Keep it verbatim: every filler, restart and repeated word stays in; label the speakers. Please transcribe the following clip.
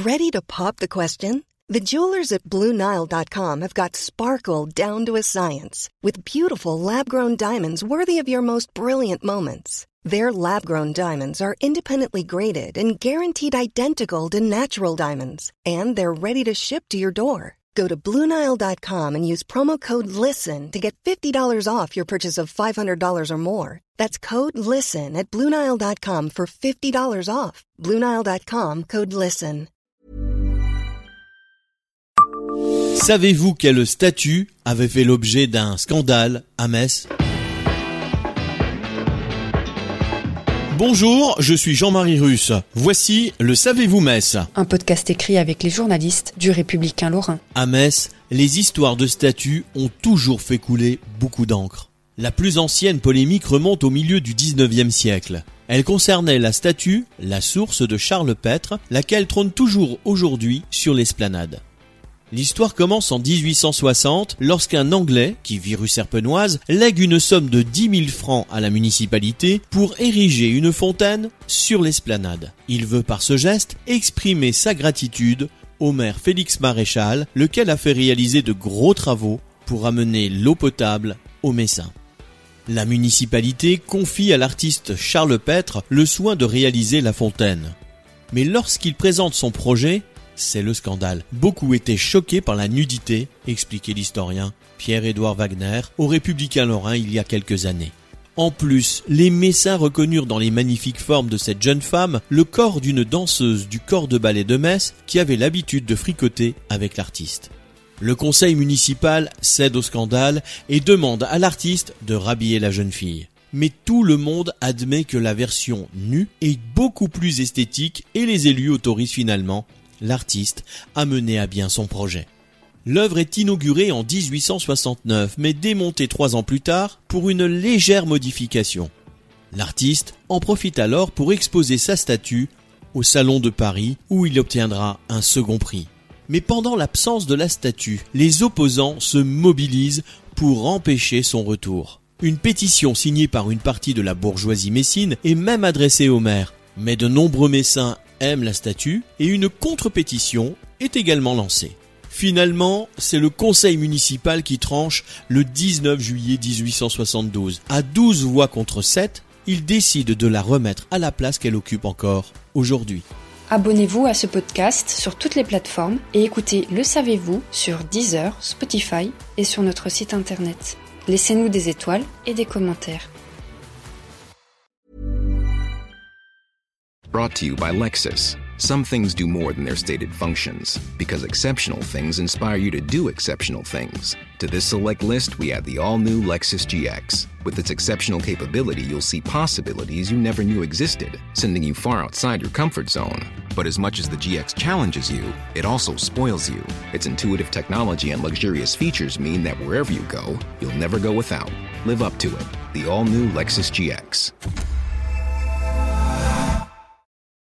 Speaker 1: Ready to pop the question? The jewelers at Blue Nile dot com have got sparkle down to a science with beautiful lab-grown diamonds worthy of your most brilliant moments. Their lab-grown diamonds are independently graded and guaranteed identical to natural diamonds, and they're ready to ship to your door. Go to Blue Nile dot com and use promo code LISTEN to get fifty dollars off your purchase of five hundred dollars or more. That's code LISTEN at Blue Nile dot com for fifty dollars off. Blue Nile dot com, code LISTEN.
Speaker 2: Savez-vous quelle statue avait fait l'objet d'un scandale à Metz ? Bonjour, je suis Jean-Marie Russe. Voici le Savez-vous Metz ?
Speaker 3: Un podcast écrit avec les journalistes du Républicain Lorrain.
Speaker 2: À Metz, les histoires de statues ont toujours fait couler beaucoup d'encre. La plus ancienne polémique remonte au milieu du dix-neuvième siècle. Elle concernait la statue, la source de Charles Petre, laquelle trône toujours aujourd'hui sur l'esplanade. L'histoire commence en dix-huit cent soixante lorsqu'un Anglais, qui vit rue Serpenoise, lègue une somme de dix mille francs à la municipalité pour ériger une fontaine sur l'esplanade. Il veut par ce geste exprimer sa gratitude au maire Félix Maréchal, lequel a fait réaliser de gros travaux pour amener l'eau potable aux Messins. La municipalité confie à l'artiste Charles Petre le soin de réaliser la fontaine. Mais lorsqu'il présente son projet, c'est le scandale. Beaucoup étaient choqués par la nudité, expliquait l'historien Pierre-Édouard Wagner au Républicain Lorrain il y a quelques années. En plus, les Messins reconnurent dans les magnifiques formes de cette jeune femme le corps d'une danseuse du corps de ballet de Metz qui avait l'habitude de fricoter avec l'artiste. Le conseil municipal cède au scandale et demande à l'artiste de rhabiller la jeune fille. Mais tout le monde admet que la version nue est beaucoup plus esthétique et les élus autorisent finalement l'artiste a mené à bien son projet. L'œuvre est inaugurée en dix-huit cent soixante-neuf, mais démontée trois ans plus tard pour une légère modification. L'artiste en profite alors pour exposer sa statue au Salon de Paris, où il obtiendra un second prix. Mais pendant l'absence de la statue, les opposants se mobilisent pour empêcher son retour. Une pétition signée par une partie de la bourgeoisie messine est même adressée au maire, mais de nombreux Messins aiment la statue et une contre-pétition est également lancée. Finalement, c'est le conseil municipal qui tranche le dix-neuf juillet dix-huit cent soixante-douze. À douze voix contre sept, il décide de la remettre à la place qu'elle occupe encore aujourd'hui.
Speaker 3: Abonnez-vous à ce podcast sur toutes les plateformes et écoutez Le Savez-vous sur Deezer, Spotify et sur notre site internet. Laissez-nous des étoiles et des commentaires.
Speaker 4: Brought to you by Lexus. Some things do more than their stated functions, because exceptional things inspire you to do exceptional things. To this select list, we add the all-new Lexus G X. With its exceptional capability, you'll see possibilities you never knew existed, sending you far outside your comfort zone. But as much as the G X challenges you, it also spoils you. Its intuitive technology and luxurious features mean that wherever you go, you'll never go without. Live up to it. The all-new Lexus G X.